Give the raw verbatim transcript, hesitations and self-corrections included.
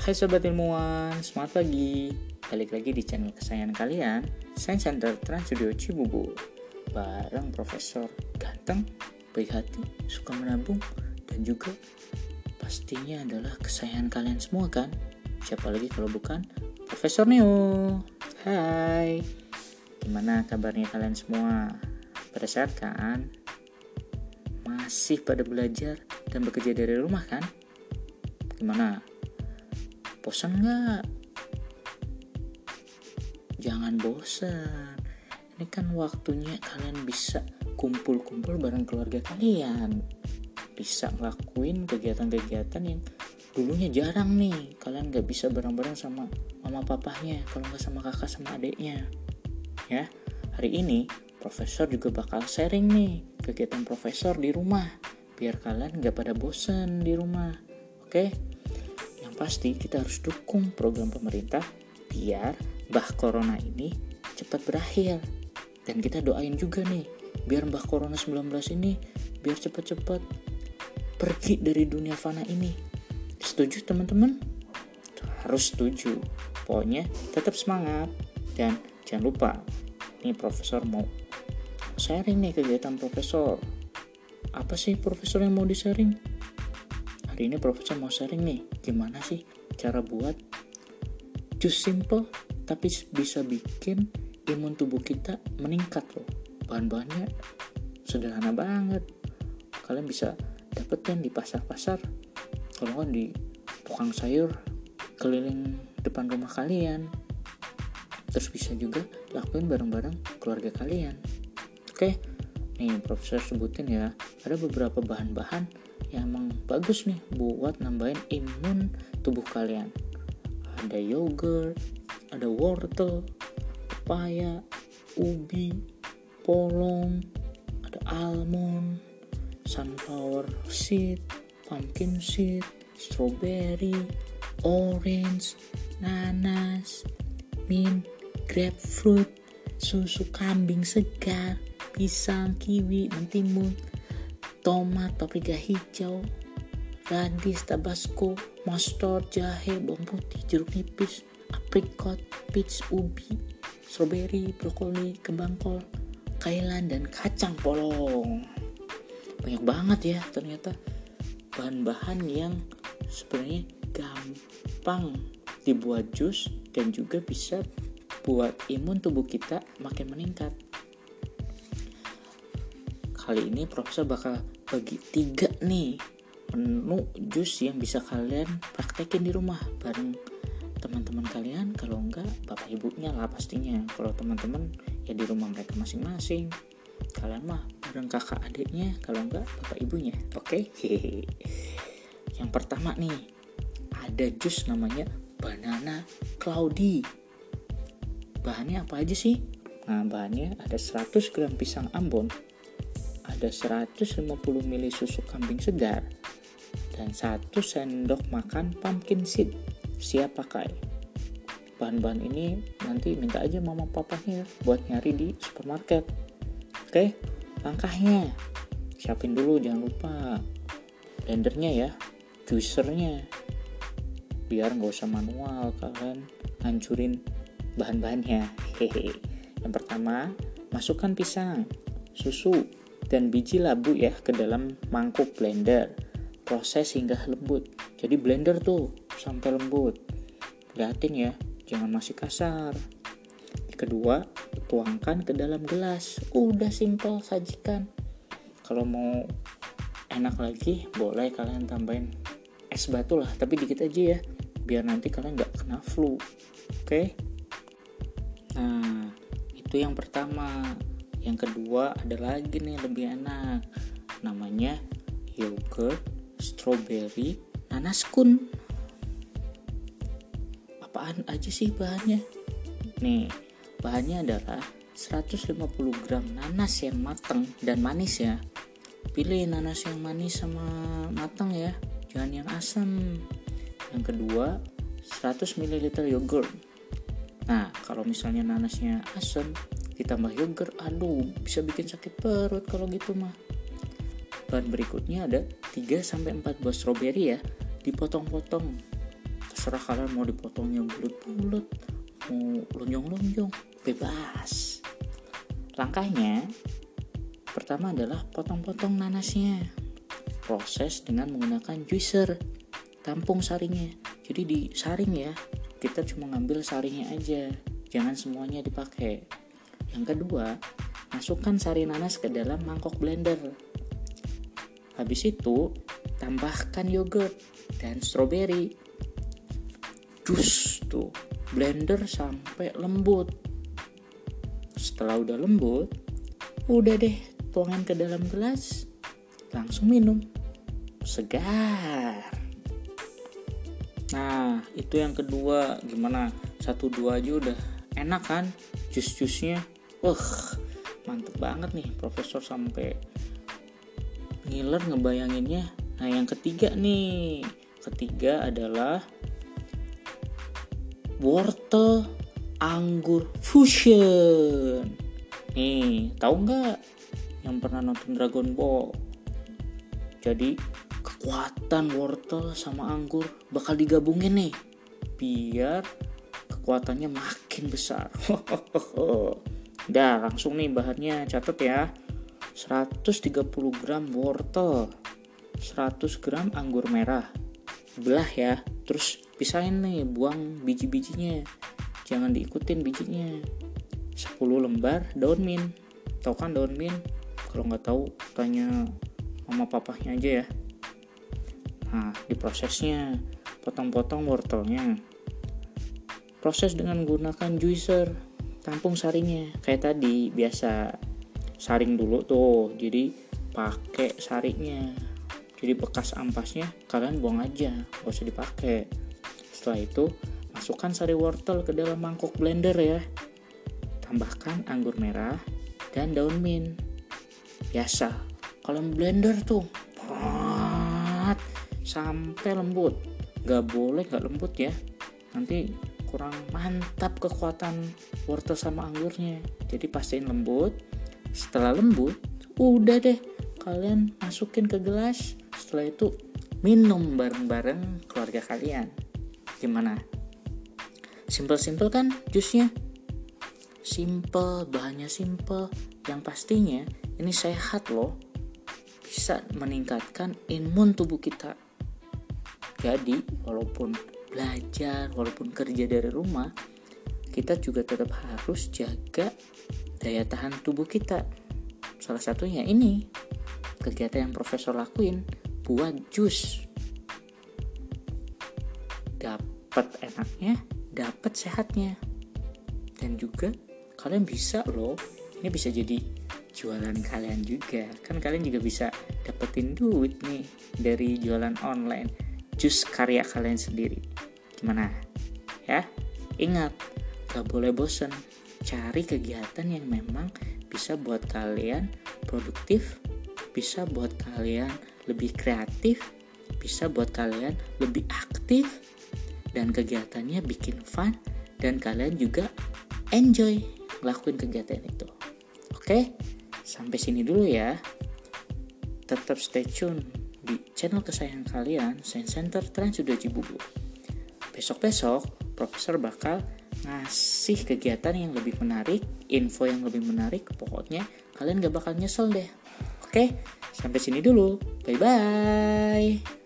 Hai Sobat Ilmuwan, semangat pagi. Balik lagi di channel kesayangan kalian, Science Center Trans Studio Cibubur. Bareng Profesor ganteng, baik hati, suka menabung, dan juga pastinya adalah kesayangan kalian semua kan? Siapa lagi kalau bukan Profesor Neo. Hai, gimana kabarnya kalian semua? Pada sehat kan? Masih pada belajar dan bekerja dari rumah kan? Gimana? Bosan gak? Jangan bosan. Ini kan waktunya kalian bisa kumpul-kumpul bareng keluarga kalian. Bisa ngelakuin kegiatan-kegiatan yang dulunya jarang nih. Kalian gak bisa bareng-bareng sama mama papahnya, kalau gak sama kakak sama adeknya. Ya, hari ini Profesor juga bakal sharing nih kegiatan Profesor di rumah, biar kalian gak pada bosan di rumah. Oke? Pasti kita harus dukung program pemerintah biar bah corona ini cepat berakhir. Dan kita doain juga nih biar bah corona sembilan belas ini biar cepat-cepat pergi dari dunia fana ini. Setuju teman-teman? Harus setuju. Pokoknya tetap semangat. Dan jangan lupa, nih Profesor mau sharing nih kegiatan Profesor. Apa sih Profesor yang mau di-sharing? Hari ini Profesor mau sharing nih, gimana sih cara buat jus simple tapi bisa bikin imun tubuh kita meningkat loh. Bahan-bahannya sederhana banget. Kalian bisa dapetin di pasar-pasar, kalau nggak di tukang sayur keliling depan rumah kalian. Terus bisa juga lakuin bareng-bareng keluarga kalian. Oke, nih Profesor sebutin ya, ada beberapa bahan-bahan yang emang bagus nih buat nambahin imun tubuh kalian. Ada yogurt, ada wortel, pepaya, ubi, polong, ada almond, sunflower seed, pumpkin seed, strawberry, orange, nanas, mint, grapefruit, susu kambing segar, pisang, kiwi, mentimun, tomat, paprika hijau, radis, tabasco, mustard, jahe, bawang putih, jeruk nipis, aprikot, peach, ubi, strawberry, brokoli, kembang kol, kailan, dan kacang polong. Banyak banget ya ternyata bahan-bahan yang sebenarnya gampang dibuat jus dan juga bisa buat imun tubuh kita makin meningkat. Kali ini Profesor bakal bagi tiga nih menu jus yang bisa kalian praktekin di rumah bareng teman-teman kalian. Kalau enggak bapak ibunya lah pastinya. Kalau teman-teman ya di rumah mereka masing-masing. Kalian mah bareng kakak adiknya. Kalau enggak bapak ibunya. Oke? Okay? Yang pertama nih, ada jus namanya banana cloudy. Bahannya apa aja sih? Nah, bahannya ada seratus gram pisang Ambon, ada seratus lima puluh mililiter susu kambing segar, dan satu sendok makan pumpkin seed siap pakai. Bahan-bahan ini nanti minta aja mama papanya buat nyari di supermarket. Oke, langkahnya siapin dulu, jangan lupa blendernya ya, juicernya, biar gak usah manual kalian hancurin bahan-bahannya. Hehe. Yang pertama, masukkan pisang, susu, dan biji labu ya ke dalam mangkuk blender. Proses hingga lembut. Jadi blender tuh sampai lembut. Lihatin ya, jangan masih kasar. Kedua, tuangkan ke dalam gelas. Udah simple sajikan. Kalau mau enak lagi, boleh kalian tambahin es batu lah, tapi dikit aja ya, biar nanti kalian gak kena flu. Oke? Nah, itu yang pertama. Yang kedua ada lagi nih lebih enak, namanya yogurt, strawberry, nanas kun. Apaan aja sih bahannya? Nih, bahannya adalah seratus lima puluh gram nanas yang matang dan manis ya. Pilih nanas yang manis sama matang ya, jangan yang asam. Yang kedua, seratus mililiter yogurt. Nah, kalau misalnya nanasnya asam ditambah yogurt, aduh bisa bikin sakit perut kalau gitu mah. Bahan berikutnya ada tiga sampai empat buah strawberry ya, dipotong-potong. Terserah kalian mau dipotongnya bulat-bulat, mau lonjong-lonjong, bebas. Langkahnya pertama adalah potong-potong nanasnya. Proses dengan menggunakan juicer. Tampung saringnya. Jadi disaring ya. Kita cuma ngambil saringnya aja. Jangan semuanya dipakai. Yang kedua, masukkan sari nanas ke dalam mangkok blender. Habis itu, tambahkan yogurt dan stroberi. Jus tuh, blender sampai lembut. Setelah udah lembut, udah deh, tuangin ke dalam gelas, langsung minum. Segar. Nah, itu yang kedua. Gimana? Satu dua aja udah enak kan? Jus-jusnya. Wah, mantep banget nih Profesor sampai ngiler ngebayanginnya. Nah, yang ketiga nih. Ketiga adalah wortel anggur fusion. Nih, tahu nggak yang pernah nonton Dragon Ball? Jadi kekuatan wortel sama anggur bakal digabungin nih, biar kekuatannya makin besar. Udah, langsung nih bahannya, catat ya. seratus tiga puluh gram wortel, seratus gram anggur merah. Belah ya, terus pisahin nih, buang biji-bijinya. Jangan diikutin bijinya. sepuluh lembar daun mint. Tahu kan daun mint? Kalau nggak tahu, tanya mama papahnya aja ya. Nah, diprosesnya, potong-potong wortelnya. Proses dengan menggunakan juicer. Tampung saringnya. Kayak tadi, biasa. Saring dulu tuh. Jadi, pakai saringnya. Jadi, bekas ampasnya kalian buang aja. Gak usah dipakai. Setelah itu, masukkan sari wortel ke dalam mangkok blender ya. Tambahkan anggur merah dan daun mint. Biasa. Kalian blender tuh. Sampai lembut. Gak boleh gak lembut ya. Nanti kurang mantap kekuatan wortel sama anggurnya. Jadi pastiin lembut. Setelah lembut, udah deh, kalian masukin ke gelas. Setelah itu minum bareng-bareng keluarga kalian. Gimana? Simple-simple kan jusnya? Simple, bahannya simple. Yang pastinya ini sehat loh. Bisa meningkatkan imun tubuh kita. Jadi walaupun belajar, walaupun kerja dari rumah, kita juga tetap harus jaga daya tahan tubuh kita. Salah satunya ini, kegiatan yang Profesor lakuin, buat jus. Dapat enaknya, dapat sehatnya. Dan juga kalian bisa loh, ini bisa jadi jualan kalian juga. Kan kalian juga bisa dapetin duit nih dari jualan online. Jus karya kalian sendiri. Gimana? Ya, ingat, gak boleh bosen. Cari kegiatan yang memang bisa buat kalian produktif, bisa buat kalian lebih kreatif, bisa buat kalian lebih aktif, dan kegiatannya bikin fun, dan kalian juga enjoy ngelakuin kegiatan itu. Oke, sampai sini dulu ya. Tetap stay tune di channel kesayangan kalian, Science Center Trans Studio Cibubur. Besok-besok, Profesor bakal ngasih kegiatan yang lebih menarik, info yang lebih menarik, pokoknya kalian gak bakal nyesel deh. Oke, sampai sini dulu. Bye-bye.